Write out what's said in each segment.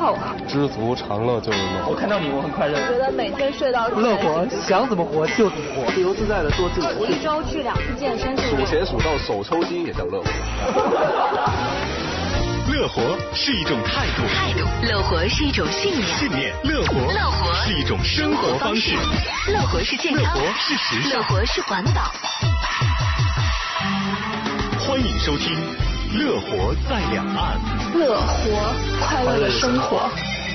好啊。 知足常乐就是乐。 我看到你，我很快乐。 我觉得每天睡到乐活，想怎么活就怎么活，自由自在的做自己。 我1周去2次健身。 数钱数到手抽筋也叫乐活。 乐活是一种态度， 乐活是一种信念， 乐活是一种生活方式， 乐活是健康， 乐活是时尚， 乐活是环保。 欢迎收听《乐活在两岸》， 乐活，快乐的生活。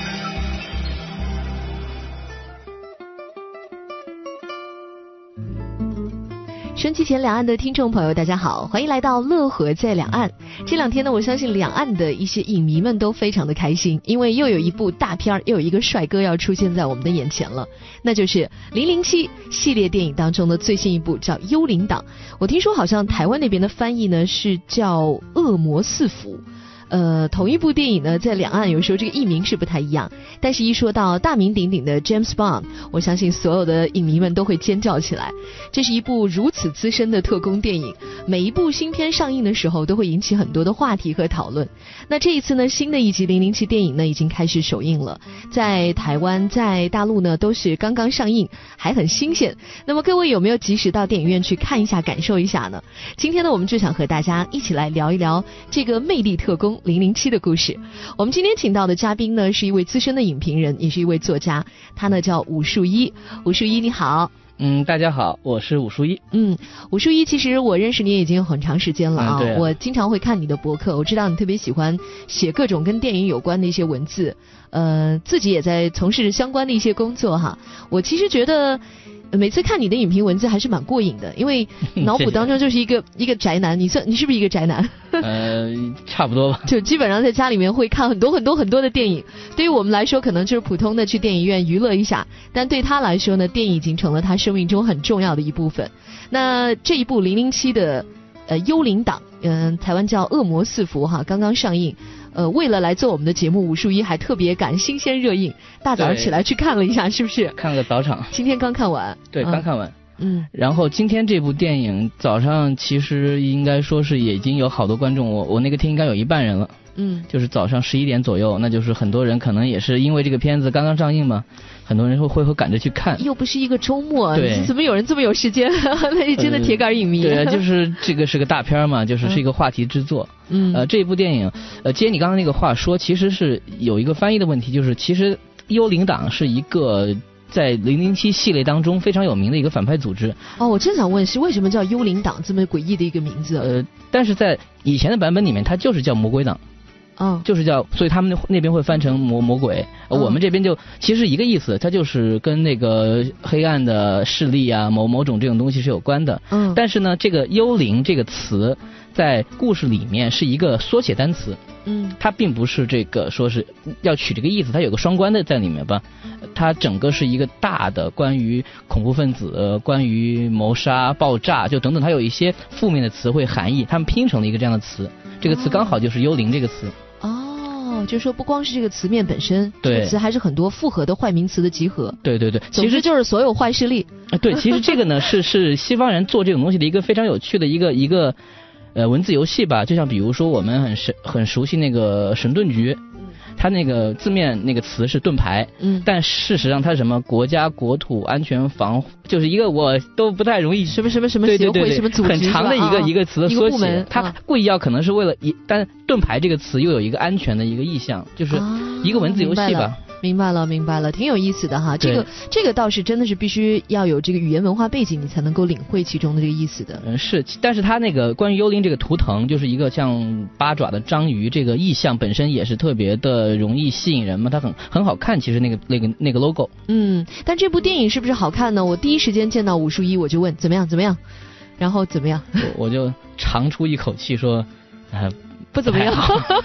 收机前两岸的听众朋友大家好，欢迎来到乐活在两岸。这两天呢，我相信两岸的一些影迷们都非常的开心，因为又有一部大片，又有一个帅哥要出现在我们的眼前了，那就是007系列电影当中的最新一部，叫《幽灵党》。我听说好像台湾那边的翻译呢是叫《恶魔四伏》。同一部电影呢，在两岸有时候这个译名是不太一样，但是一说到大名鼎鼎的 James Bond， 我相信所有的影迷们都会尖叫起来。这是一部如此资深的特工电影，每一部新片上映的时候都会引起很多的话题和讨论。那这一次呢，新的一集007电影呢已经开始首映了，在台湾在大陆呢都是刚刚上映，还很新鲜。那么各位有没有及时到电影院去看一下感受一下呢？今天呢我们就想和大家一起来聊一聊这个魅力特工007的故事。我们今天请到的嘉宾呢是一位资深的影评人，也是一位作家，他呢叫武树一。武树一你好。 大家好，我是武树一。 武树一，其实我认识你已经有很长时间了啊。 对啊， 我经常会看你的博客，我知道你特别喜欢写各种跟电影有关的一些文字，自己也在从事相关的一些工作哈。我其实觉得每次看你的影评文字还是蛮过瘾的，因为脑补当中就是一个宅男。你是不是一个宅男？ 差不多吧。 就基本上在家里面会看很多的电影。对于我们来说，可能就是普通的去电影院娱乐一下，但对他来说呢，电影已经成了他生命中很重要的一部分。那这一部007的幽灵党，台湾叫恶魔四伏哈，刚刚上映。为了来做我们的节目，武树一还特别赶新鲜热映，大早上起来去看了一下，是不是？ 看了个早场。 今天刚看完。 对，刚看完。然后今天这部电影早上其实应该说是已经有好多观众，我那个厅应该有1半人了。就是早上11点左右，那就是很多人可能也是因为这个片子刚刚上映嘛，很多人会赶着去看。 又不是一个周末， 对， 怎么有人这么有时间？那是真的铁杆影迷。 对啊，就是这个是个大片嘛，就是一个话题之作。这一部电影，接你刚刚那个话说，其实是有一个翻译的问题，就是其实幽灵党是一个在007系列当中非常有名的一个反派组织。 我正想问是为什么叫幽灵党这么诡异的一个名字？ 但是在以前的版本里面，它就是叫魔鬼党。就是叫，所以他们那边会翻成魔鬼，我们这边就其实一个意思，它就是跟那个黑暗的势力啊，某种这种东西是有关的。但是呢，这个幽灵这个词在故事里面是一个缩写单词。它并不是这个说是要取这个意思，它有个双关的在里面吧。它整个是一个大的关于恐怖分子、关于谋杀、爆炸，就等等，它有一些负面的词汇含义，他们拼成了一个这样的词。这个词刚好就是幽灵这个词。 就是说不光是这个词面本身，这个词还是很多复合的坏名词的集合。 对， 其实就是所有坏势力。 对，其实这个呢是西方人做这种东西的一个非常有趣的一个文字游戏吧。就像比如说我们很熟悉那个神盾局。它那个字面那个词是盾牌，但事实上它是什么国家国土安全防护，就是一个我都不太容易什么协会什么组织很长的一个词的缩写，它故意要可能是为了但盾牌这个词又有一个安全的一个意象，就是一个文字游戏吧。 明白了，挺有意思的哈。这个倒是真的是必须要有这个语言文化背景，你才能够领会其中的这个意思的。 是，但是它那个关于幽灵这个图腾，就是一个像八爪的章鱼，这个意象本身也是特别的容易吸引人嘛，它很好看。其实那个 logo。 但这部电影是不是好看呢？我第一时间见到武树一，我就问怎么样，然后怎么样？ 我就长出一口气说， 不怎么样。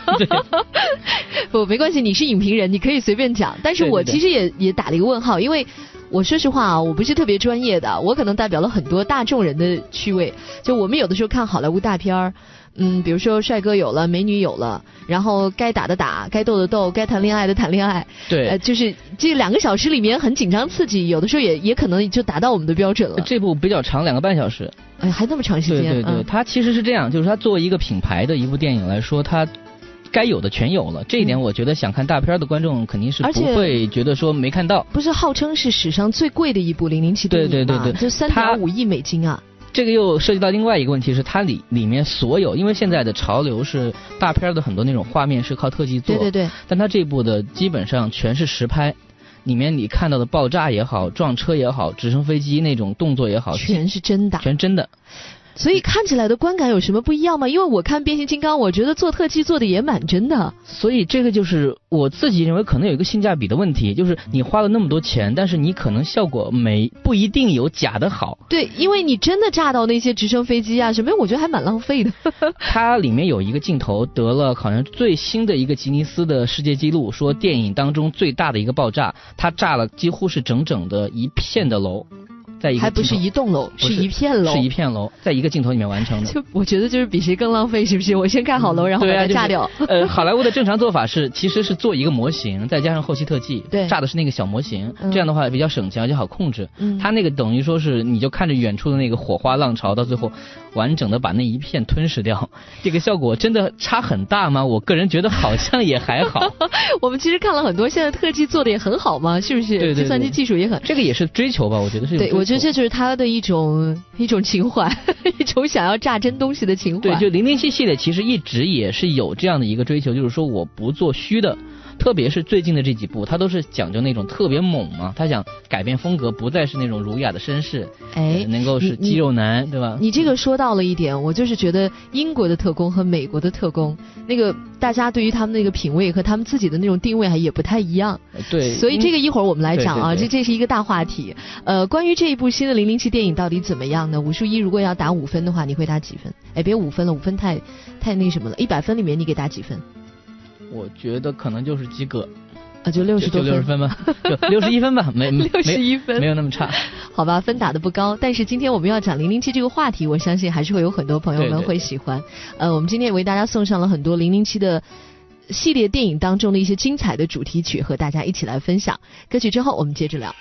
不，没关系，你是影评人，你可以随便讲。但是我其实也打了一个问号，因为我说实话啊，我不是特别专业的，我可能代表了很多大众人的趣味。就我们有的时候看好莱坞大片儿，比如说帅哥有了，美女有了，然后该打的打，该斗的斗，该谈恋爱的谈恋爱。 对， 就是这2个小时里面很紧张刺激，有的时候也可能就达到我们的标准了。 这部比较长，2个半小时。 还那么长时间？ 对，它其实是这样，就是它作为一个品牌的一部电影来说，它该有的全有了。这一点我觉得想看大片的观众肯定是不会觉得说没看到。 不是号称是史上最贵的一部007电影吗？ 对， 就3.5亿美金啊。 这个又涉及到另外一个问题，是它里面所有，因为现在的潮流是大片的很多那种画面是靠特技做， 对， 但它这部的基本上全是实拍，里面你看到的爆炸也好，撞车也好，直升飞机那种动作也好， 全是真的， 全真的。 所以看起来的观感有什么不一样吗？因为我看变形金刚，我觉得做特技做的也蛮真的。 所以这个就是我自己认为可能有一个性价比的问题，就是你花了那么多钱，但是你可能效果不一定有假的好。 对，因为你真的炸到那些直升飞机啊什么，我觉得还蛮浪费的。 它里面有一个镜头得了好像最新的一个吉尼斯的世界纪录，说电影当中最大的一个爆炸，它炸了几乎是整整的一片的楼。在一个还不是一栋楼，是一片楼， 是一片楼，在一个镜头里面完成的。 就我觉得就是比谁更浪费，是不是？我先盖好楼，然后把它炸掉。 好莱坞的正常做法其实是做一个模型，再加上后期特技， 对， 炸的是那个小模型，这样的话比较省钱而且好控制。它那个等于说是你就看着远处的那个火花浪潮，到最后完整的把那一片吞噬掉，这个效果真的差很大吗？我个人觉得好像也还好。 我们其实看了很多现在特技做的也很好嘛，是不是？ 对， 计算机技术也很， 这个也是追求吧，我觉得是。 对，我觉得这就是他的一种情怀，一种想要炸真东西的情怀。 对，就007系列其实一直也是有这样的一个追求，就是说我不做虚的。特别是最近的这几部，他都是讲究那种特别猛嘛，他想改变风格，不再是那种儒雅的绅士，能够是肌肉男，对吧？ 你这个说到了一点，我就是觉得英国的特工和美国的特工，那个大家对于他们那个品味和他们自己的那种定位还也不太一样。 对， 所以这个一会儿我们来讲啊， 对这是一个大话题。关于这一部新的007电影到底怎么样呢？武术一如果要打5分的话，你会打几分？别5分了，5分太那什么了。100分里面你给打几分？ 我觉得可能就是及格， 就60多分， 就60分吧，就61分吧，没 61分， 没有那么差。 好吧，分打得不高，但是今天我们要讲007这个话题，我相信还是会有很多朋友们会喜欢。我们今天也为大家送上了很多007的系列电影当中的一些精彩的主题曲，和大家一起来分享。歌曲之后我们接着聊。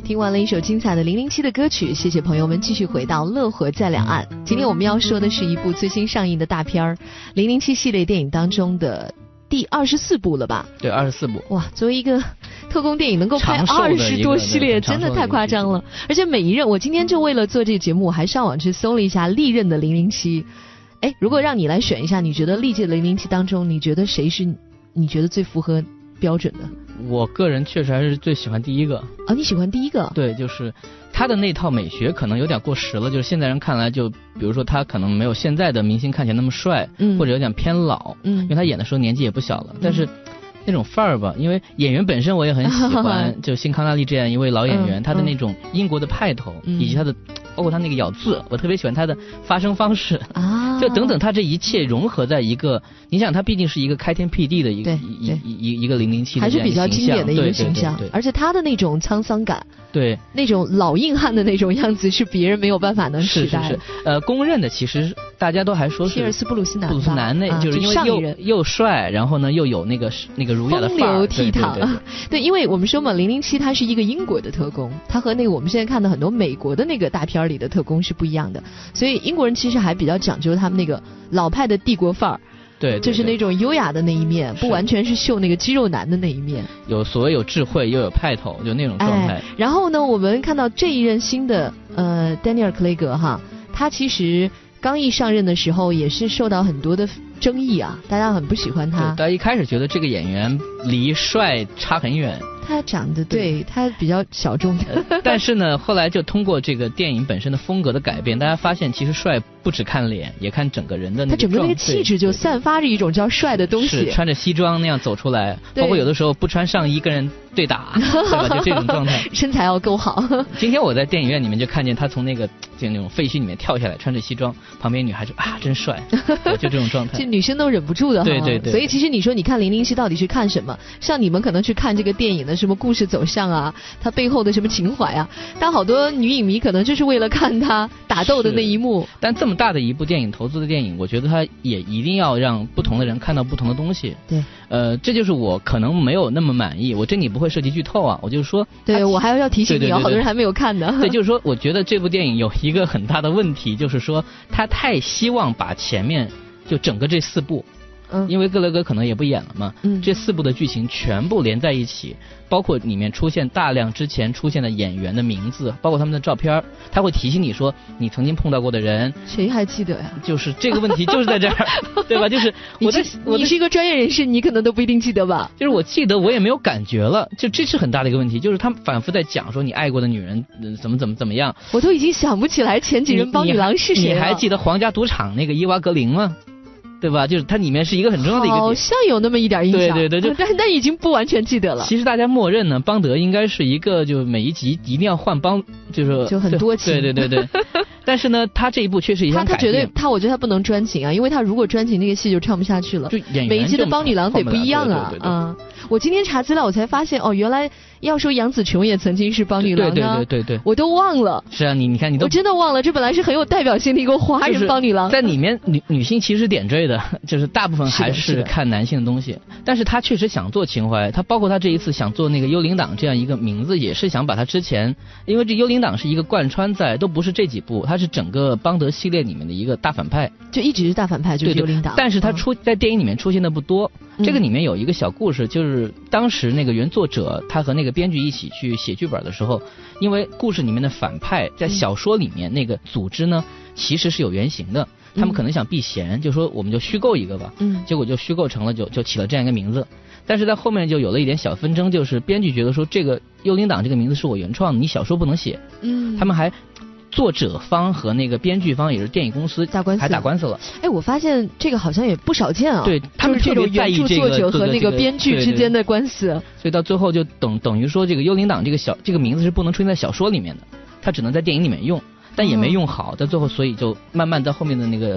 听完了一首精彩的007的歌曲，谢谢朋友们继续回到乐活在两岸。今天我们要说的是一部最新上映的大片007系列电影当中的第24部了吧？ 对，24部。 哇，作为一个特工电影能够拍20多系列，真的太夸张了。而且每一任，我今天就为了做这个节目，我还上网去搜了一下历任的007。哎，如果让你来选一下，你觉得历届的007当中，你觉得谁是你觉得最符合标准的？ 我个人确实还是最喜欢第一个。 啊，你喜欢第一个？ 对，就是他的那套美学可能有点过时了，就是现在人看来就，比如说他可能没有现在的明星看起来那么帅，或者有点偏老，因为他演的时候年纪也不小了，但是那种范儿吧，因为演员本身我也很喜欢，就辛康纳利这样一位老演员，他的那种英国的派头，以及他的包括他那个咬字，我特别喜欢他的发声方式啊，就等等，他这一切融合在一个，你想他毕竟是一个开天辟地的一个007的还是比较经典的一个形象，而且他的那种沧桑感， 对， 那种老硬汉的那种样子是别人没有办法能取代的。 是，公认的其实大家都还说是皮尔斯布鲁斯南那就是因为又帅，然后呢又有那个儒雅的范儿， 风流倜傥。对，因为我们说嘛，007他是一个英国的特工，他和那个我们现在看的很多美国的那个大片里的特工是不一样的，所以英国人其实还比较讲究他们那个老派的帝国范儿。 对， 就是那种优雅的那一面，不完全是秀那个肌肉男的那一面， 有智慧又有派头，就那种状态。 然后呢，我们看到这一任新的丹尼尔·克雷格哈，他其实刚一上任的时候也是受到很多的争议啊，大家很不喜欢他。 大家一开始觉得这个演员离帅差很远。 他长得对他比较小众的， 但是呢，后来就通过这个电影本身的风格的改变，大家发现其实帅不只看脸，也看整个人的那个。他整个那个气质就散发着一种叫帅的东西。 是穿着西装那样走出来，包括有的时候不穿上衣跟人对打，对吧？就这种状态， 身材要够好。 今天我在电影院里面就看见他从那个就那种废墟里面跳下来，穿着西装，旁边女孩说啊真帅，就这种状态。 就女生都忍不住的。 对。 所以其实你说你看007到底是看什么？像你们可能去看这个电影的什么故事走向啊，它背后的什么情怀啊，但好多女影迷可能就是为了看他打斗的那一幕。 但这么大的一部电影投资的电影，我觉得它也一定要让不同的人看到不同的东西。 对， 这就是我可能没有那么满意。我这里不会涉及剧透啊，我就是说， 对我还要提醒你好多人还没有看的。 对，就是说，我觉得这部电影有一个很大的问题，就是说他太希望把前面就整个这4部。因为格雷格可能也不演了嘛，这4部的剧情全部连在一起，包括里面出现大量之前出现的演员的名字，包括他们的照片，他会提醒你说你曾经碰到过的人。 谁还记得呀？ 就是这个问题就是在这儿，对吧？就是你是一个专业人士，你可能都不一定记得吧？ 就是我记得，我也没有感觉了，就这是很大的一个问题，就是他们反复在讲说你爱过的女人怎么样， 我都已经想不起来前几任帮女郎是谁了。 你还记得皇家赌场那个伊娃格林吗？对吧？就是它里面是一个很重要的一个点， 好像有那么一点印象。 对， 但已经不完全记得了。 其实大家默认呢，邦德应该是一个就每一集一定要换就很多情。 对。但是呢，他这一部确实一项改变。 我觉得他不能专情啊，因为他如果专情，那个戏就唱不下去了。 就演员每一集的邦女郎得不一样啊。 对。 我今天查资料，我才发现原来要说杨紫琼也曾经是邦女郎啊。 对， 我都忘了。 是啊，你看你都。 我真的忘了，这本来是很有代表性的一个华人邦女郎。 在里面女性其实点缀的，就是大部分还是看男性的东西。但是他确实想做情怀，他包括他这一次想做那个幽灵党这样一个名字，也是想把他之前，因为这幽灵党是一个贯穿在都不是这几部，他是整个邦德系列里面的一个大反派， 就一直是大反派，就是幽灵党。 但是他在电影里面出现的不多。这个里面有一个小故事，就是当时那个原作者他和那个编剧一起去写剧本的时候，因为故事里面的反派在小说里面那个组织呢其实是有原型的，他们可能想避嫌，就说我们就虚构一个吧，结果就虚构成了就起了这样一个名字。但是在后面就有了一点小纷争，就是编剧觉得说这个幽灵党这个名字是我原创的，你小说不能写，他们还作者方和那个编剧方也是电影公司还打官司了。 哎，我发现这个好像也不少见啊。 对，他们特别在意这个作者和那个编剧之间的官司。 所以到最后就等于说这个幽灵党这个名字是不能出现在小说里面的，它只能在电影里面用，但也没用好。到最后，所以就慢慢在后面的那个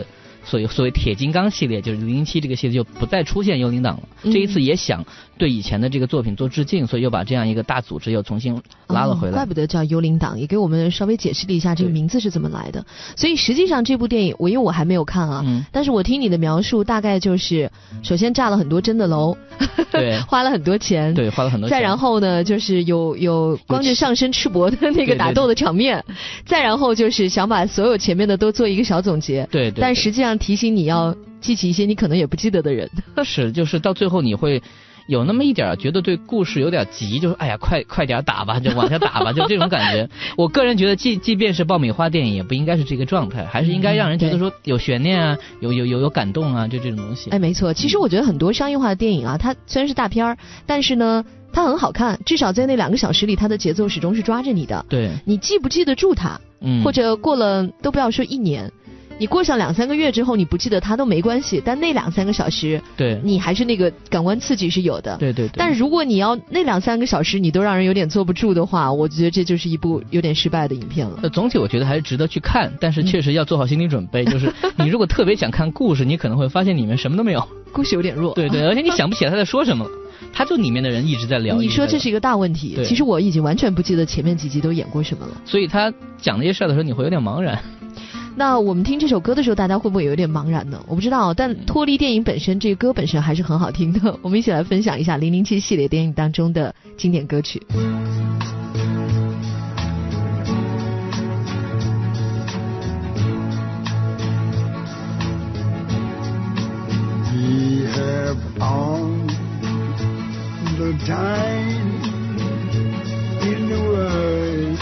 所谓铁金刚系列，就是007这个系列就不再出现幽灵党了。这一次也想对以前的这个作品做致敬，所以又把这样一个大组织又重新拉了回来。 怪不得叫幽灵党，也给我们稍微解释了一下这个名字是怎么来的。所以实际上这部电影因为我还没有看啊，但是我听你的描述大概就是首先炸了很多真的楼， 对， 花了很多钱， 对，花了很多钱。 再然后呢，就是有光着上身赤膊的那个打斗的场面，再然后就是想把所有前面的都做一个小总结， 对， 但实际上提醒你要记起一些你可能也不记得的人。 是，就是到最后你会有那么一点觉得对故事有点急，就是哎呀快点打吧，就往下打吧，就这种感觉。我个人觉得即便是爆米花电影也不应该是这个状态，还是应该让人觉得说有悬念啊，有感动啊，就这种东西。 哎，没错，其实我觉得很多商业化的电影啊，它虽然是大片儿，但是呢它很好看，至少在那2个小时里它的节奏始终是抓着你的。 对， 你记不记得住它，或者过了都不要说1年，你过上2-3个月之后你不记得它都没关系，但那2-3个小时， 对， 你还是那个感官刺激是有的。 对。 但如果你要那2-3个小时你都让人有点坐不住的话，我觉得这就是一部有点失败的影片了。 总体我觉得还是值得去看，但是确实要做好心理准备，就是你如果特别想看故事，你可能会发现里面什么都没有， 故事有点弱。 对，而且你想不起来他在说什么。他就里面的人一直在聊。 你说这是一个大问题，其实我已经完全不记得前面几集都演过什么了。 所以他讲那些事儿的时候，你会有点茫然。 那我们听这首歌的时候，大家会不会有点茫然呢？我不知道，但脱离电影本身，这个歌本身还是很好听的。我们一起来分享一下007系列电影当中的经典歌曲。 We have all the time in the world,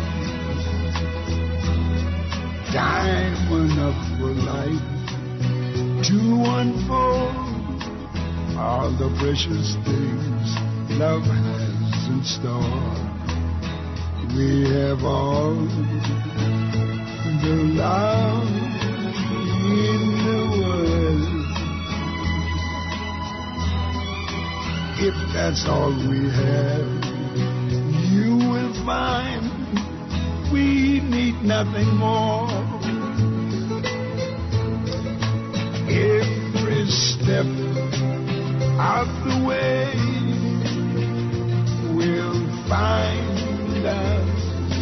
time enough for life to unfold all the precious things love has in store. We have all the love in the world. If that's all we have, you will find we need nothing more. Every step of the way will find us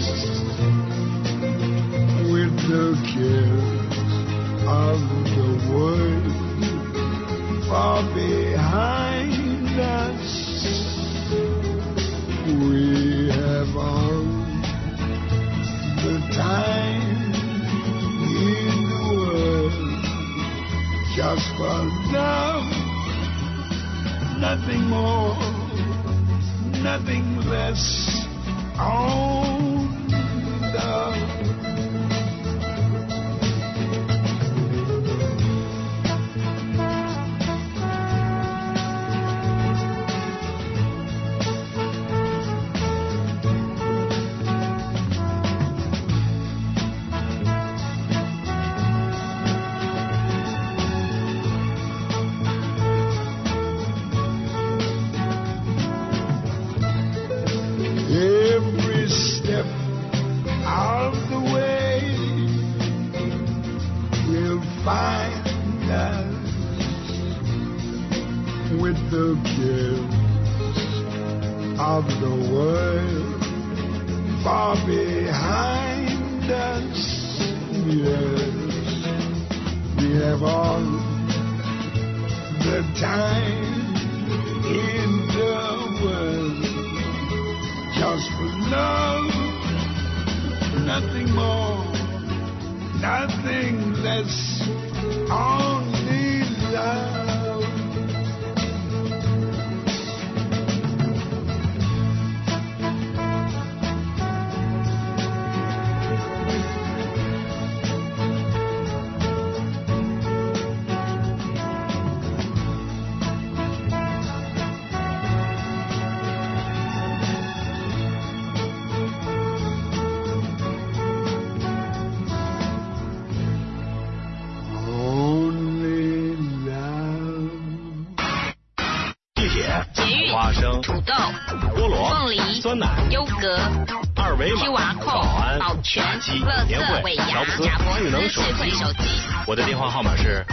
with the cares of the world far behind us. We have all the time in the world just for love, nothing more, nothing less. On love. Every step of the way will find us with the cares of the world far behind us. Yes, we have all the time in the world just for love, nothing more, nothing less, only love. 土豆、菠萝、凤梨、酸奶、优格。2位维码、保安、打击、年会、乔布斯、智能手机。我的电话号码是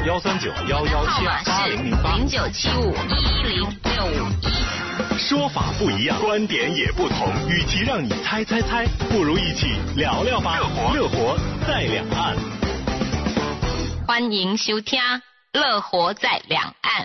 139117880080975106551。说法不一样，观点也不同，与其让你猜，不如一起聊聊吧。乐活在两岸。 欢迎收听《乐活在两岸》。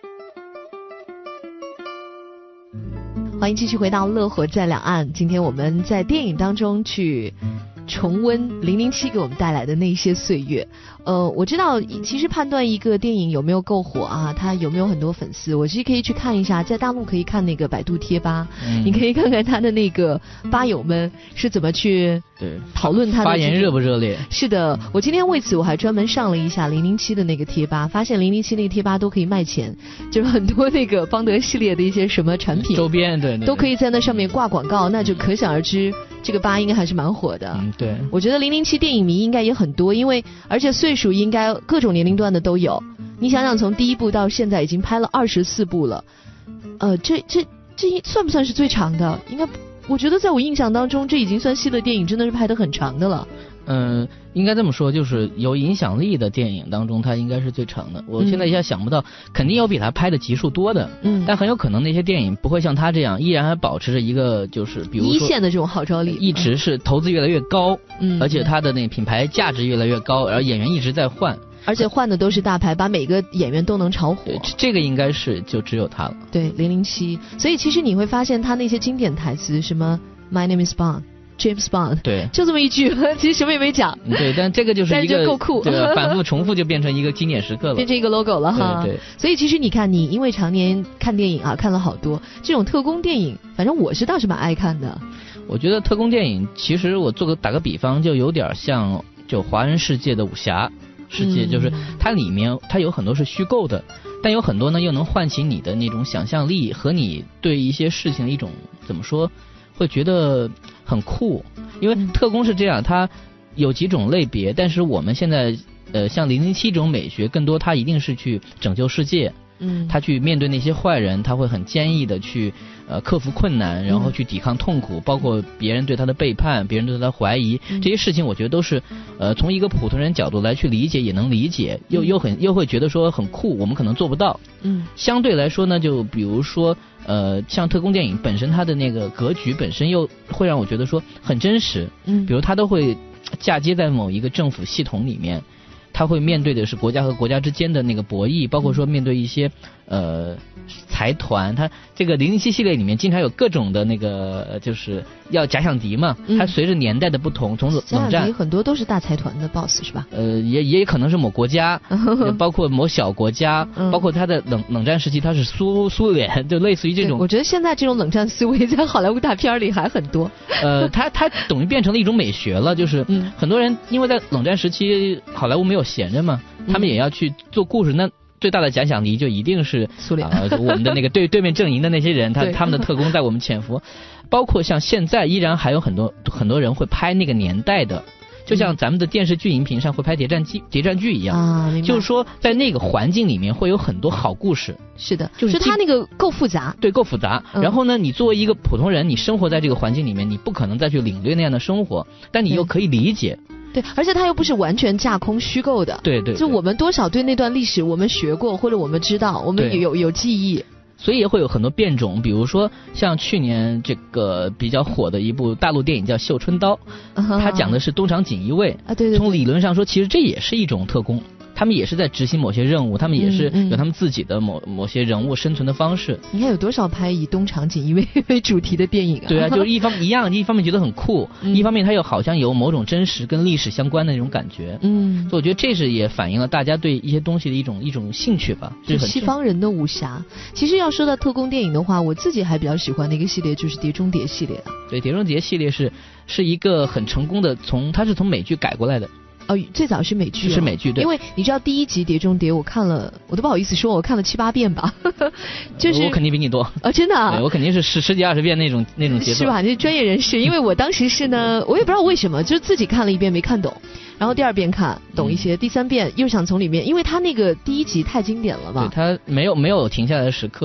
欢迎继续回到《乐活在两岸》。今天我们在电影当中去重温007给我们带来的那些岁月。我知道其实判断一个电影有没有够火啊，它有没有很多粉丝，我其实可以去看一下，在大陆可以看那个百度贴吧，你可以看看他的那个吧友们是怎么去讨论他的发言热不热烈。 是的，我今天为此我还专门上了一下007的那个贴吧，发现007那个贴吧都可以卖钱，就是很多那个邦德系列的一些什么产品周边对都可以在那上面挂广告，那就可想而知这个吧应该还是蛮火的。 对， 我觉得007电影迷应该也很多，因为而且岁数应该各种年龄段的都有。你想想，从第一部到现在已经拍了24部了，这算不算是最长的？应该，我觉得在我印象当中，这已经算系列电影真的是拍得很长的了。 应该这么说，就是有影响力的电影当中，它应该是最长的。我现在一下想不到，肯定有比它拍的集数多的，但很有可能那些电影不会像它这样，依然还保持着一个就是比如说一线的这种号召力， 一直是投资越来越高，而且它的那品牌价值越来越高，然后演员一直在换。 而且换的都是大牌，把每个演员都能炒火。 这个应该是就只有他了。 对，007。所以其实你会发现他那些经典台词，什么 My name is Bond。James Bond， 对，就这么一句，其实什么也没讲。 对，但这个就是一个够酷， 这个反复重复就变成一个经典时刻了， 变成一个 logo 了哈。 对， 所以其实你看，你因为常年看电影啊，看了好多这种特工电影，反正我是倒是蛮爱看的。 我觉得特工电影，其实我打个比方，就有点像就华人世界的武侠世界，就是它里面它有很多是虚构的，但有很多呢又能唤起你的那种想象力和你对一些事情的一种怎么说，会觉得很酷。因为特工是这样，它有几种类别，但是我们现在像007这种美学，更多它一定是去拯救世界。他去面对那些坏人，他会很坚毅的去克服困难，然后去抵抗痛苦，包括别人对他的背叛，别人对他的怀疑，这些事情我觉得都是从一个普通人角度来去理解，也能理解，又会觉得说很酷，我们可能做不到。相对来说呢，就比如说像特工电影本身，它的那个格局本身又会让我觉得说很真实。比如它都会嫁接在某一个政府系统里面。他会面对的是国家和国家之间的那个博弈，包括说面对一些财团。他这个007系列里面经常有各种的那个就是要假想敌嘛，它随着年代的不同，从冷战很多都是大财团的 boss 是吧？ 也可能是某国家，包括某小国家，包括它的冷战时期它是苏联，就类似于这种。 我觉得现在这种冷战思维在好莱坞大片里还很多。 它等于变成了一种美学了，就是很多人因为在冷战时期好莱坞没有闲着嘛，他们也要去做故事，那最大的假想敌就一定是苏联， 我们的那个对面阵营的那些人，他们的特工在我们潜伏。包括像现在依然还有很多人会拍那个年代的，就像咱们的电视剧荧屏上会拍谍战剧一样，就是说在那个环境里面会有很多好故事。 是的，就是它那个够复杂， 对，够复杂。然后呢，你作为一个普通人，你生活在这个环境里面，你不可能再去领略那样的生活，但你又可以理解。 对，而且它又不是完全架空虚构的。 对， 就我们多少对那段历史我们学过，或者我们知道，我们有记忆。 所以也会有很多变种，比如说像去年这个比较火的一部大陆电影叫《绣春刀》，它讲的是东厂锦衣卫。 对。 从理论上说，其实这也是一种特工。他们也是在执行某些任务，他们也是有他们自己的某些人物生存的方式。 你看有多少拍以东厂锦衣卫为主题的电影啊？ 对啊，就是一方面觉得很酷，一方面它又好像有某种真实跟历史相关的那种感觉。所以我觉得这是也反映了大家对一些东西的一种兴趣吧。 就是西方人的武侠。其实要说到特工电影的话，我自己还比较喜欢的一个系列就是《碟中谍》系列啊。 对，《碟中谍》系列是一个很成功的，它是从美剧改过来的。 最早是美剧， 是美剧，对。 因为你知道第一集《碟中谍》，我看了，我都不好意思说，我看了7、8遍吧。就是我肯定比你多真的啊！ 我肯定是十几20遍那种节奏。 是吧？那专业人士，因为我当时是呢，我也不知道为什么，就是自己看了1遍没看懂，然后第2遍看懂一些，第3遍又想从里面，因为他那个第一集太经典了嘛。 对，他没有停下来的时刻。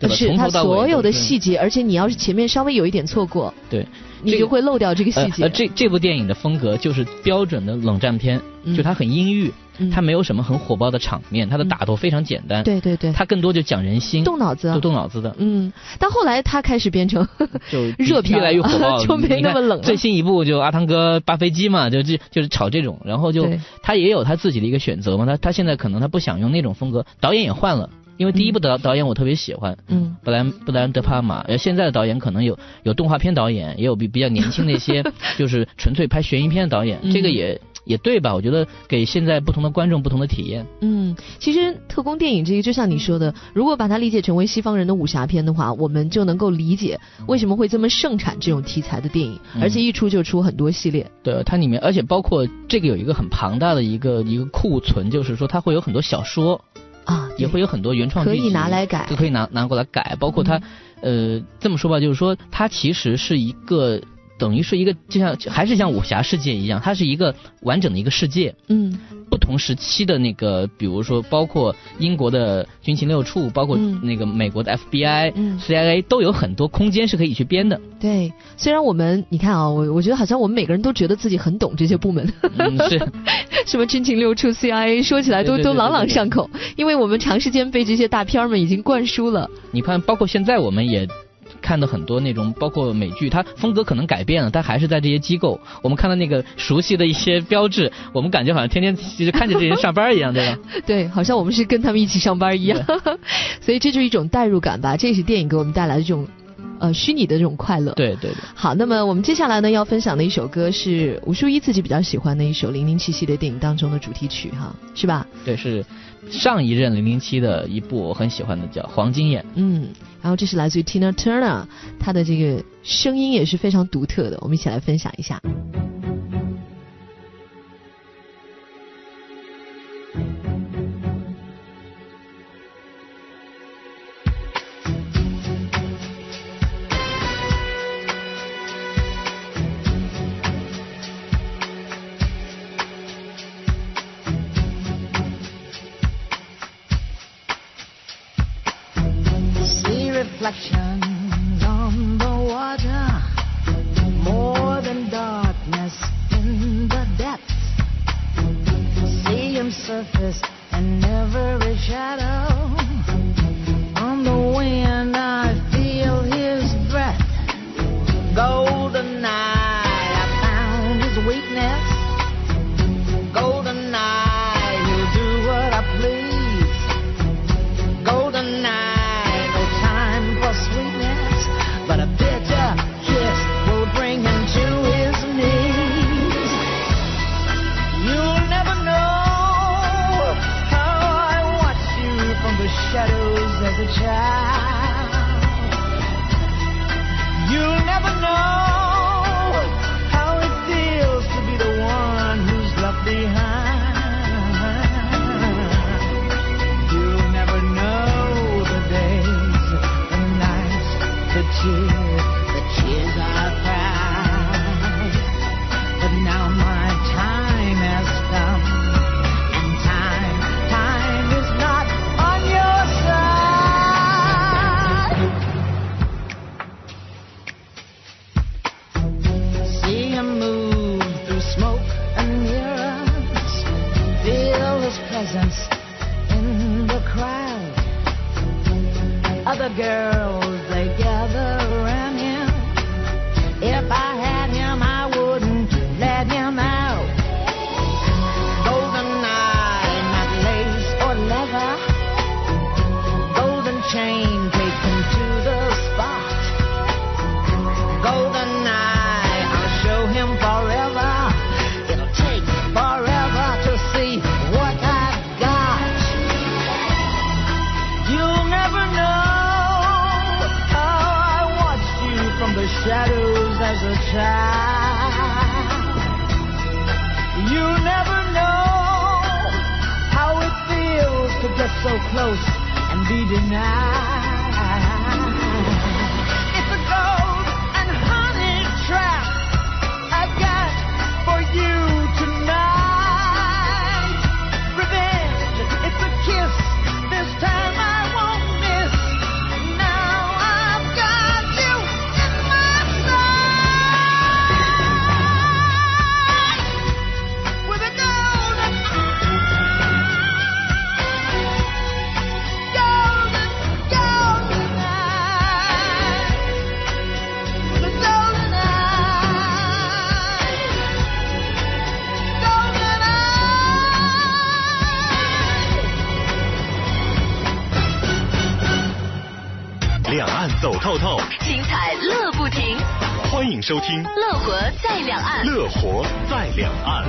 对吧？ 是从头到尾它所有的细节，而且你要是前面稍微有一点错过， 对， 你就会漏掉这个细节。 这部电影的风格就是标准的冷战片，就它很阴郁。它没有什么很火爆的场面，它的打斗非常简单。 对对对， 它更多就讲人心， 动脑子， 就动脑子的。 但后来它开始变成就热片， 越来越火爆， 就没那么冷了。 最新一部就阿汤哥扒飞机嘛，就是炒这种，然后就他也有他自己的一个选择嘛。他现在可能他不想用那种风格，导演也换了。因为第一部的导演我特别喜欢，布莱恩德帕玛。现在的导演可能有动画片导演，也有比较年轻的一些，就是纯粹拍悬疑片的导演。这个也对吧？我觉得给现在不同的观众不同的体验。 其实特工电影这个就像你说的，如果把它理解成为西方人的武侠片的话，我们就能够理解为什么会这么盛产这种题材的电影，而且一出就出很多系列。 对，它里面而且包括这个有一个很庞大的一个库存，就是说它会有很多小说。也会有很多原创剧集可以拿来改， 就可以拿过来改，包括它，这么说吧，就是说它其实是一个等于是一个就像还是像武侠世界一样，它是一个完整的一个世界。不同时期的那个，比如说包括英国的军情六处，包括那个美国的 FBI、CIA 都有很多空间是可以去编的。 对，虽然我们你看啊，我觉得好像我们每个人都觉得自己很懂这些部门， 是什么军情六处、CIA 说起来都朗朗上口，因为我们长时间被这些大片们已经灌输了。 你看，包括现在我们也看到很多那种包括美剧，它风格可能改变了，但还是在这些机构，我们看到那个熟悉的一些标志，我们感觉好像天天就是看着这些人上班一样，对吧？ 对，好像我们是跟他们一起上班一样。所以这就是一种代入感吧，这也是电影给我们带来的这种虚拟的这种快乐。 对对对。 好，那么我们接下来呢要分享的一首歌是吴淑一自己比较喜欢的一首007系列电影当中的主题曲哈，是吧？ 对，是上一任007的一部我很喜欢的叫《黄金眼》。 然后这是来自于 Tina Turner， 她的这个声音也是非常独特的，我们一起来分享一下。 Reflections on the water, more than darkness in the depths. See him surface in every shadow. On the wind I feel his breath. Golden night, I found his weakness. Golden night, he'll do what I please. Golden night, sweetness, but a bitter kiss will bring him to his knees. You'll never know how I watched you from the shadows as a child. You'll never know how it feels to be the one who's left behind. You'll never know the days, the tears I cried, but now my time has come, and time is not on your side. See him move through smoke and mirrors, feel his presence in the crowd. Other girls, they gather around him. If I had him, I wouldn't let him out. Golden eye, not lace or leather. Golden chain, take him to the spot. Golden eye, I'll show him forever. It'll take forever to see what I've got. You'll never know from the shadows as a child. You'll never know how it feels to get so close and be denied. It's a gold and honey trap I've got for you tonight. Revenge, it's a kiss, this time I won't miss. Now 走透透， 精彩乐不停。 欢迎收听《 乐活在两岸》。 乐活在两岸。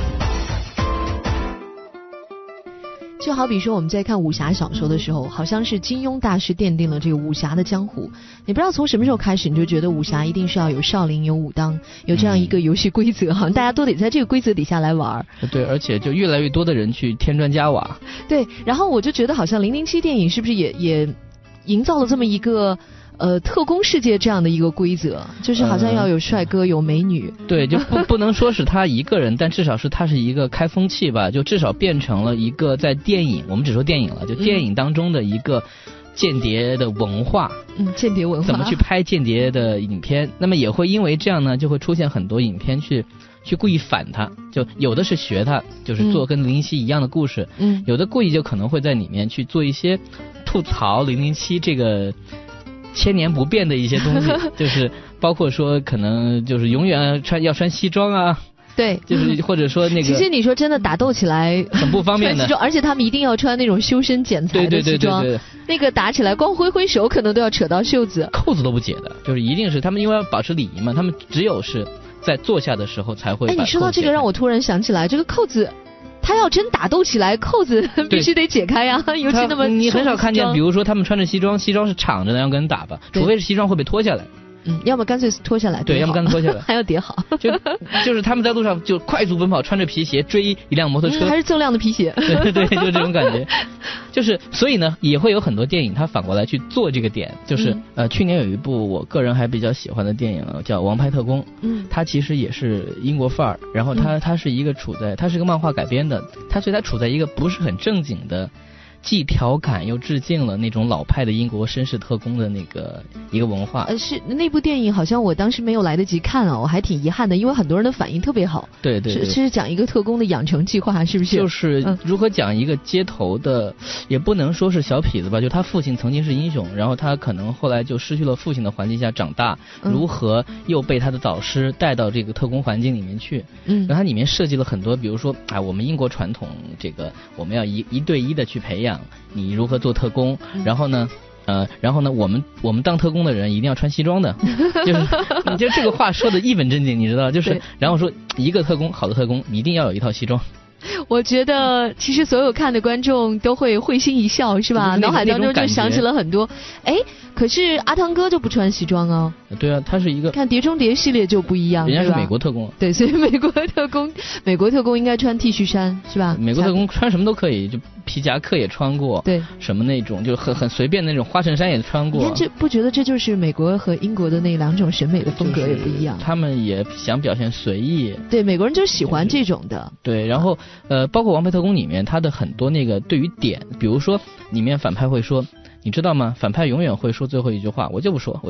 就好比说我们在看武侠小说的时候，好像是金庸大师奠定了这个武侠的江湖。你不知道从什么时候开始，你就觉得武侠一定是要有少林、有武当，有这样一个游戏规则，好像大家都得在这个规则底下来玩。 对，而且就越来越多的人去添砖加瓦。 对，然后我就觉得好像007电影是不是也营造了这么一个特工世界这样的一个规则，就是好像要有帅哥有美女。 对，就不能说是他一个人，但至少是他是一个开风气吧，就至少变成了一个在电影，我们只说电影了，就电影当中的一个间谍的文化。 间谍文化。 怎么去拍间谍的影片？那么也会因为这样呢，就会出现很多影片去故意反他，就有的是学他，就是做跟007一样的故事。有的故意就可能会在里面去做一些吐槽007这个千年不变的一些东西，就是包括说可能就是永远要穿西装啊。 对， 就是或者说那个， 其实你说真的打斗起来很不方便的， 而且他们一定要穿那种修身剪裁的西装， 对， 那个打起来光挥手可能都要扯到袖子， 扣子都不解的，就是一定是他们因为要保持礼仪嘛，他们只有是在坐下的时候才会把扣子解开。 你说到这个让我突然想起来，这个扣子他要真打斗起来，扣子必须得解开呀，尤其那么你很少看见，比如说他们穿着西装是敞着的，要跟人打吧，除非是西装会被脱下来。 要么干脆脱下来， 对，要么干脆脱下来， 还要叠好。 就是他们在路上就快速奔跑，穿着皮鞋追一辆摩托车， 还是锃亮的皮鞋。 对，就这种感觉。就是所以呢，也会有很多电影它反过来去做这个点，就是去年有一部我个人还比较喜欢的电影叫《王牌特工》，它其实也是英国范儿，然后它是一个它是个漫画改编的，所以它处在一个不是很正经的。既调侃又致敬了那种老派的英国绅士特工的那个一个文化。 是那部电影好像我当时没有来得及看我还挺遗憾的，因为很多人的反应特别好。 对， 是讲一个特工的养成计划，是不是？ 就是如何讲一个街头的，也不能说是小痞子吧，就他父亲曾经是英雄，然后他可能后来就失去了父亲的环境下长大，如何又被他的导师带到这个特工环境里面去。然后它里面设计了很多，比如说我们英国传统这个我们要一对一的去培养。你如何做特工？然后呢，我们当特工的人一定要穿西装的，就是你就这个话说的一本正经，你知道，就是然后说一个特工，好的特工一定要有一套西装。 我觉得其实所有看的观众都会会心一笑，是吧？脑海当中就想起了很多。可是阿汤哥就不穿西装哦。 对啊，他是一个。 看《碟中谍》系列就不一样， 人家是美国特工。 对，所以美国特工应该穿 T 恤衫，是吧？ 美国特工穿什么都可以，就皮夹克也穿过， 对， 什么那种就很随便那种花衬衫也穿过。 你看不觉得这就是美国和英国的那两种审美的风格也不一样？ 他们也想表现随意。 对，美国人就喜欢这种的。 对，然后包括《王牌特工》里面，他的很多那个对于点，比如说里面反派会说，你知道吗？反派永远会说最后一句话，我就不说。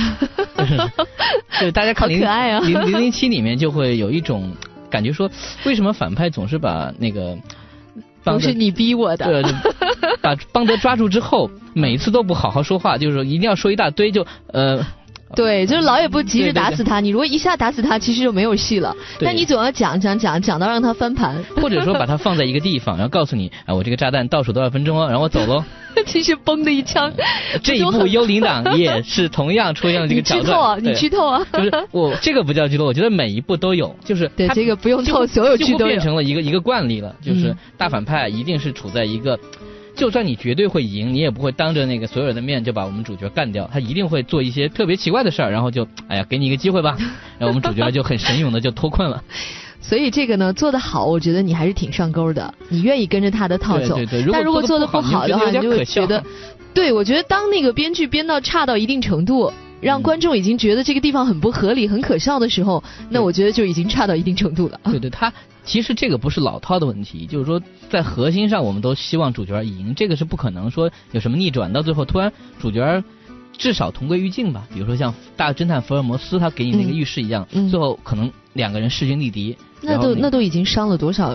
就是大家看007里面就会有一种感觉说，为什么反派总是把那个都是你逼我的， 对，把邦德抓住之后，每次都不好好说话，就是说一定要说一大堆，就对，就是老也不急着打死他。你如果一下打死他，其实就没有戏了。但你总要讲到让他翻盘， 或者说把他放在一个地方，然后告诉你，我这个炸弹倒数多少分钟然后我走喽。 其实嘣的一枪。 这一部《幽灵党》也是同样出现了这个桥段。 你剧透啊！ 就是这个不叫剧透，我觉得每一部都有，就是对这个不用透，所有剧都有。 变成了一个惯例了，就是大反派一定是处在一个。就算你绝对会赢，你也不会当着那个所有人的面就把我们主角干掉，他一定会做一些特别奇怪的事儿，然后就给你一个机会吧，然后我们主角就很神勇的就脱困了。 所以这个呢做得好，我觉得你还是挺上钩的，你愿意跟着他的套走。 对， 但如果做得不好的话，你就会觉得，对，我觉得当那个编剧编到差到一定程度，让观众已经觉得这个地方很不合理、很可笑的时候，那我觉得就已经差到一定程度了。 对，他其实这个不是老套的问题，就是说在核心上我们都希望主角赢，这个是不可能说有什么逆转，到最后突然主角至少同归于尽吧。比如说像大侦探福尔摩斯，他给你那个预示一样，最后可能两个人势均力敌。 那都已经伤了多少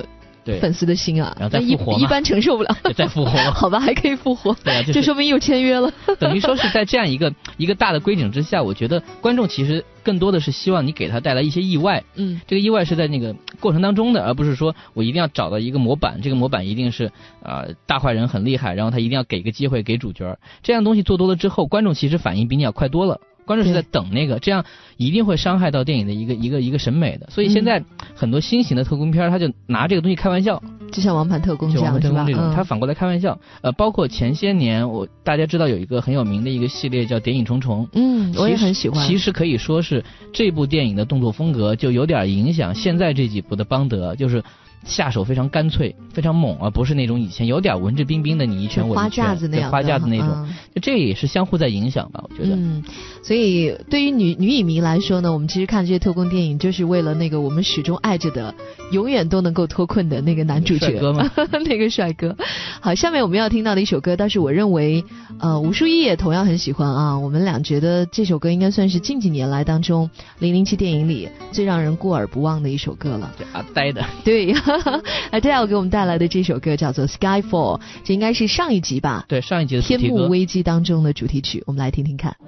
粉丝的心啊， 然后再复活嘛， 一般承受不了， 再复活， 好吧，还可以复活， 对啊， 这说明又签约了。 等于说是在这样一个大的规景之下，我觉得观众其实更多的是希望你给他带来一些意外，这个意外是在那个过程当中的，而不是说我一定要找到一个模板，这个模板一定是大坏人很厉害，然后他一定要给个机会给主角，这样东西做多了之后，观众其实反应比你要快多了。观众是在等那个，这样一定会伤害到电影的一个审美的。所以现在很多新型的特工片，他就拿这个东西开玩笑， 就像《王牌特工》这样， 是吧？他反过来开玩笑。包括前些年大家知道有一个很有名的一个系列叫《谍影重重》， 我也很喜欢。 其实可以说是这部电影的动作风格就有点影响现在这几部的邦德，就是下手非常干脆非常猛，而不是那种以前有点文质彬彬的你一拳我一拳花架子那样花架子那种，这也是相互在影响吧，我觉得。 所以对于女影迷来说呢，我们其实看这些特工电影就是为了那个我们始终爱着的永远都能够脱困的那个男主角帅哥吗那个帅哥。好，下面我们要听到的一首歌，但是我认为吴淑一也同样很喜欢啊，我们俩觉得这首歌应该算是近几年来当中007电影里最让人过耳不忘的一首歌了。 呆的。 对Adele 给我们带来的这首歌叫做 Skyfall， 这应该是上一集吧， 对，上一集的主题歌， 天幕危机当中的主题曲，我们来听听看。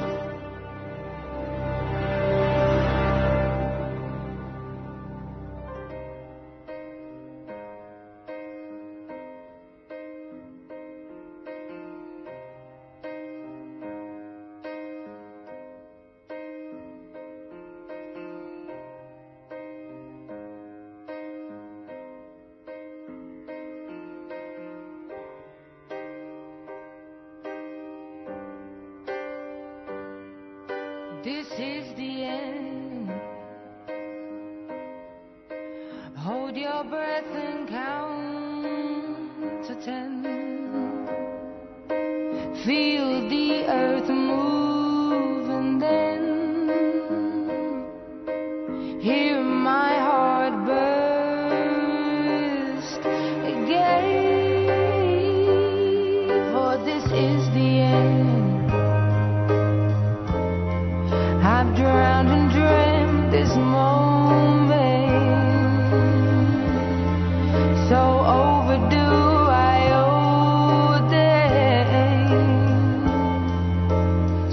This is the end. Hold your breath and count to 10. Feel the earth move and then hear my heart burst again. For this is the end. I've drowned and dreamt this moment, so overdue I owe them.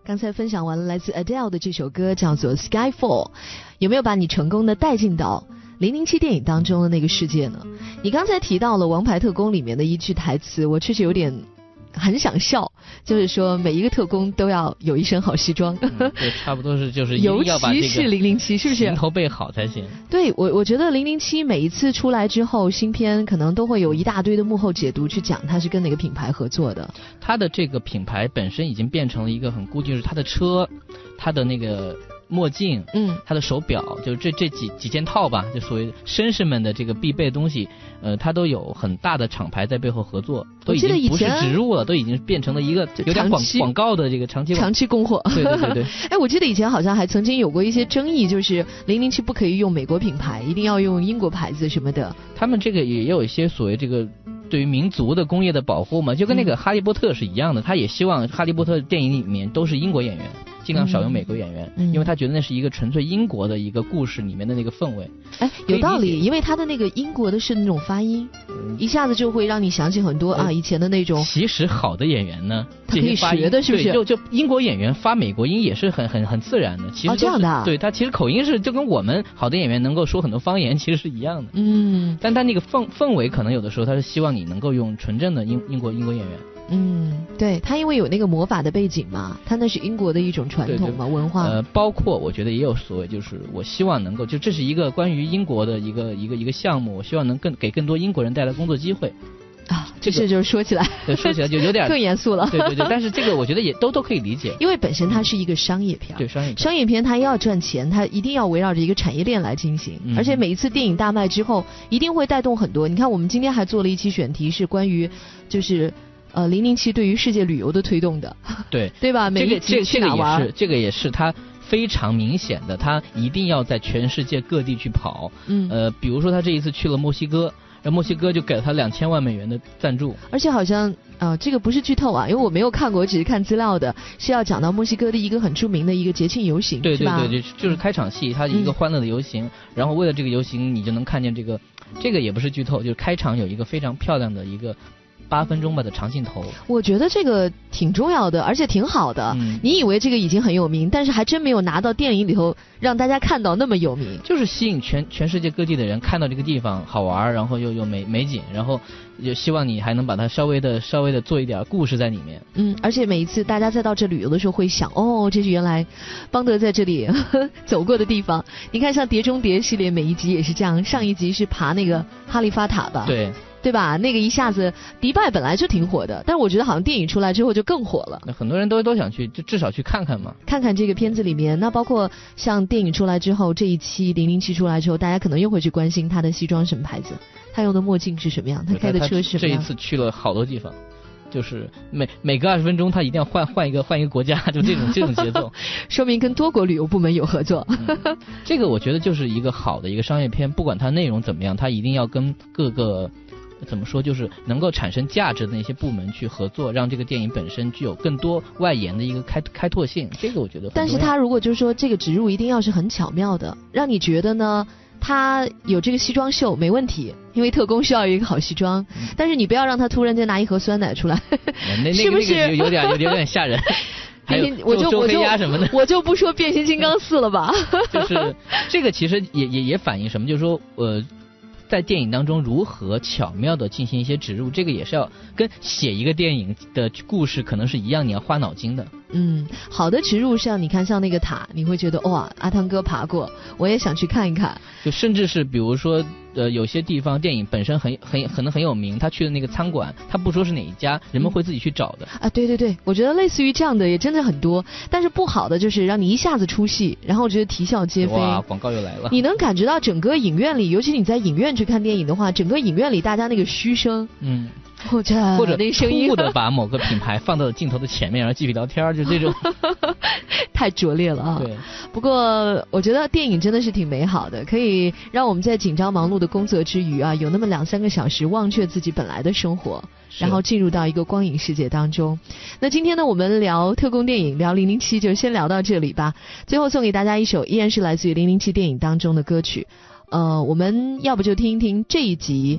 刚才分享完了来自 Adele 的这首歌叫做 Skyfall， 有没有把你成功的带进到007电影当中的那个世界呢？你刚才提到了《王牌特工》里面的一句台词，我确实有点很想笑，就是说每一个特工都要有一身好西装。 对，差不多是就是一定要把这个， 尤其是007，是不是行头备好才行？ 对，我觉得007每一次出来之后，新片可能都会有一大堆的幕后解读去讲它是跟哪个品牌合作的。 它的这个品牌本身已经变成了一个很固定，就是它的车，它的那个墨镜，它的手表，就是这几件套吧，就所谓绅士们的这个必备的东西，它都有很大的厂牌在背后合作，都已经不是植入了，都已经变成了一个有点广告的这个长期供货。 对对对对。 哎，我记得以前好像还曾经有过一些争议，就是007不可以用美国品牌，一定要用英国牌子什么的。 他们这个也有一些所谓这个对于民族的工业的保护嘛，就跟那个哈利波特是一样的，他也希望哈利波特电影里面都是英国演员。尽量少用美国演员，因为他觉得那是一个纯粹英国的一个故事里面的那个氛围。 哎，有道理，因为他的那个英国的是那种发音，一下子就会让你想起很多以前的那种。 其实好的演员呢， 他可以学的是不是？ 对，就英国演员发美国音也是很自然的。其实这样的啊。 对，他其实口音是就跟我们好的演员能够说很多方言其实是一样的。但他那个氛围可能有的时候他是希望你能够用纯正的英国演员。 对，他因为有那个魔法的背景嘛，他那是英国的一种传统嘛，文化。 包括我觉得也有所谓，就是我希望能够，就这是一个关于英国的一个项目，我希望能给更多英国人带来工作机会。 这事就是说起来， 对，说起来就有点更严肃了。 对，但是这个我觉得也都可以理解， 因为本身它是一个商业片。 对， 商业片它要赚钱，它一定要围绕着一个产业链来进行，而且每一次电影大卖之后，一定会带动很多。你看，我们今天还做了一期选题，是关于就是007对于世界旅游的推动的。对吧？每一集去哪玩？ 这个也是它非常明显的，它一定要在全世界各地去跑。比如说他这一次去了墨西哥。然后墨西哥就给了他$2000万的赞助， 而且好像这个不是剧透啊，因为我没有看过，只是看资料的，是要讲到墨西哥的一个很著名的一个节庆游行， 对，就是开场戏，它一个欢乐的游行，然后为了这个游行，你就能看见这个也不是剧透，就是开场有一个非常漂亮的一个8分钟吧的长镜头。 我觉得这个挺重要的，而且挺好的。你以为这个已经很有名，但是还真没有拿到电影里头让大家看到那么有名， 就是吸引全世界各地的人看到这个地方好玩，然后又有美景，然后就希望你还能把它稍微的做一点故事在里面。 而且每一次大家再到这旅游的时候会想，这是原来邦德在这里走过的地方。你看像碟中谍系列每一集也是这样，上一集是爬那个哈利法塔吧，对吧？那个一下子迪拜本来就挺火的，但是我觉得好像电影出来之后就更火了。 那很多人都想去，就至少去看看嘛， 看看这个片子里面。那包括像电影出来之后，这一期007出来之后，大家可能又会去关心他的西装什么牌子，他用的墨镜是什么样，他开的车是什么样。 这一次去了好多地方。就是每隔20分钟他一定要换一个国家，就这种节奏， 说明跟多国旅游部门有合作。 这个我觉得就是一个好的一个商业片，不管它内容怎么样，它一定要跟各个怎么说，就是能够产生价值的那些部门去合作，让这个电影本身具有更多外延的一个开拓性。这个我觉得很重要。 但是它如果就是说这个植入一定要是很巧妙的，让你觉得呢他有这个西装秀没问题，因为特工需要有一个好西装，但是你不要让他突然间拿一盒酸奶出来，是不是有点吓人？还有周黑鸭什么的， 我就不说变形金刚4了吧。 就是这个其实也反映什么，就是说在电影当中如何巧妙的进行一些植入，这个也是要跟写一个电影的故事可能是一样，你要花脑筋的。 好的植入像你看像那个塔，你会觉得哇，阿汤哥爬过，我也想去看一看。 就甚至是比如说有些地方电影本身可能很有名，他去的那个餐馆，他不说是哪一家，人们会自己去找的啊。对，我觉得类似于这样的也真的很多，但是不好的就是让你一下子出戏，然后我觉得啼笑皆非。 哇，广告又来了。 你能感觉到整个影院里，尤其你在影院去看电影的话，整个影院里大家那个嘘声，或者那声音， 突兀的把某个品牌放到镜头的前面，然后继续聊天，就这种太拙劣了啊。 对， 不过我觉得电影真的是挺美好的，可以让我们在紧张忙碌的工作之余啊，有那么2-3个小时忘却自己本来的生活，然后进入到一个光影世界当中。那今天呢，我们聊特工电影，聊007，就先聊到这里吧。最后送给大家一首依然是来自于007电影当中的歌曲，我们要不就听一听这一集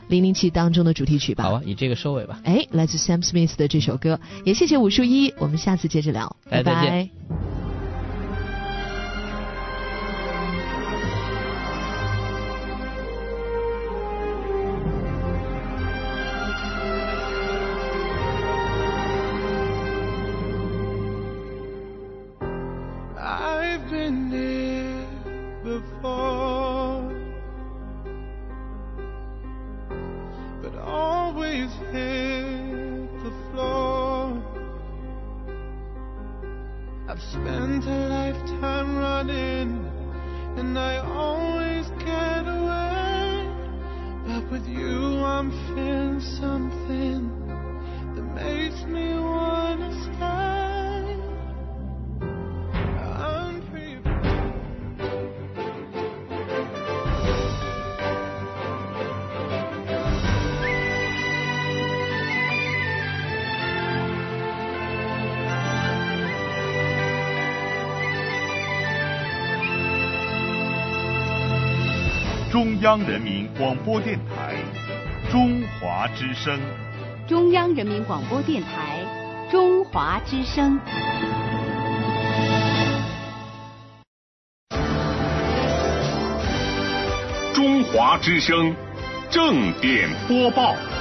007当中的主题曲吧。 好啊，以这个收尾吧。 哎，来自 Sam Smith 的这首歌，也谢谢武树一，我们下次接着聊，拜拜。 再见。 I've been here before, but always hit the floor. I've spent a lifetime running, and I always get away. But with you I'm feeling something that makes me wanna stay. 《中央人民广播电台中华之声》， 中央人民广播电台中华之声。 中华之声正点播报。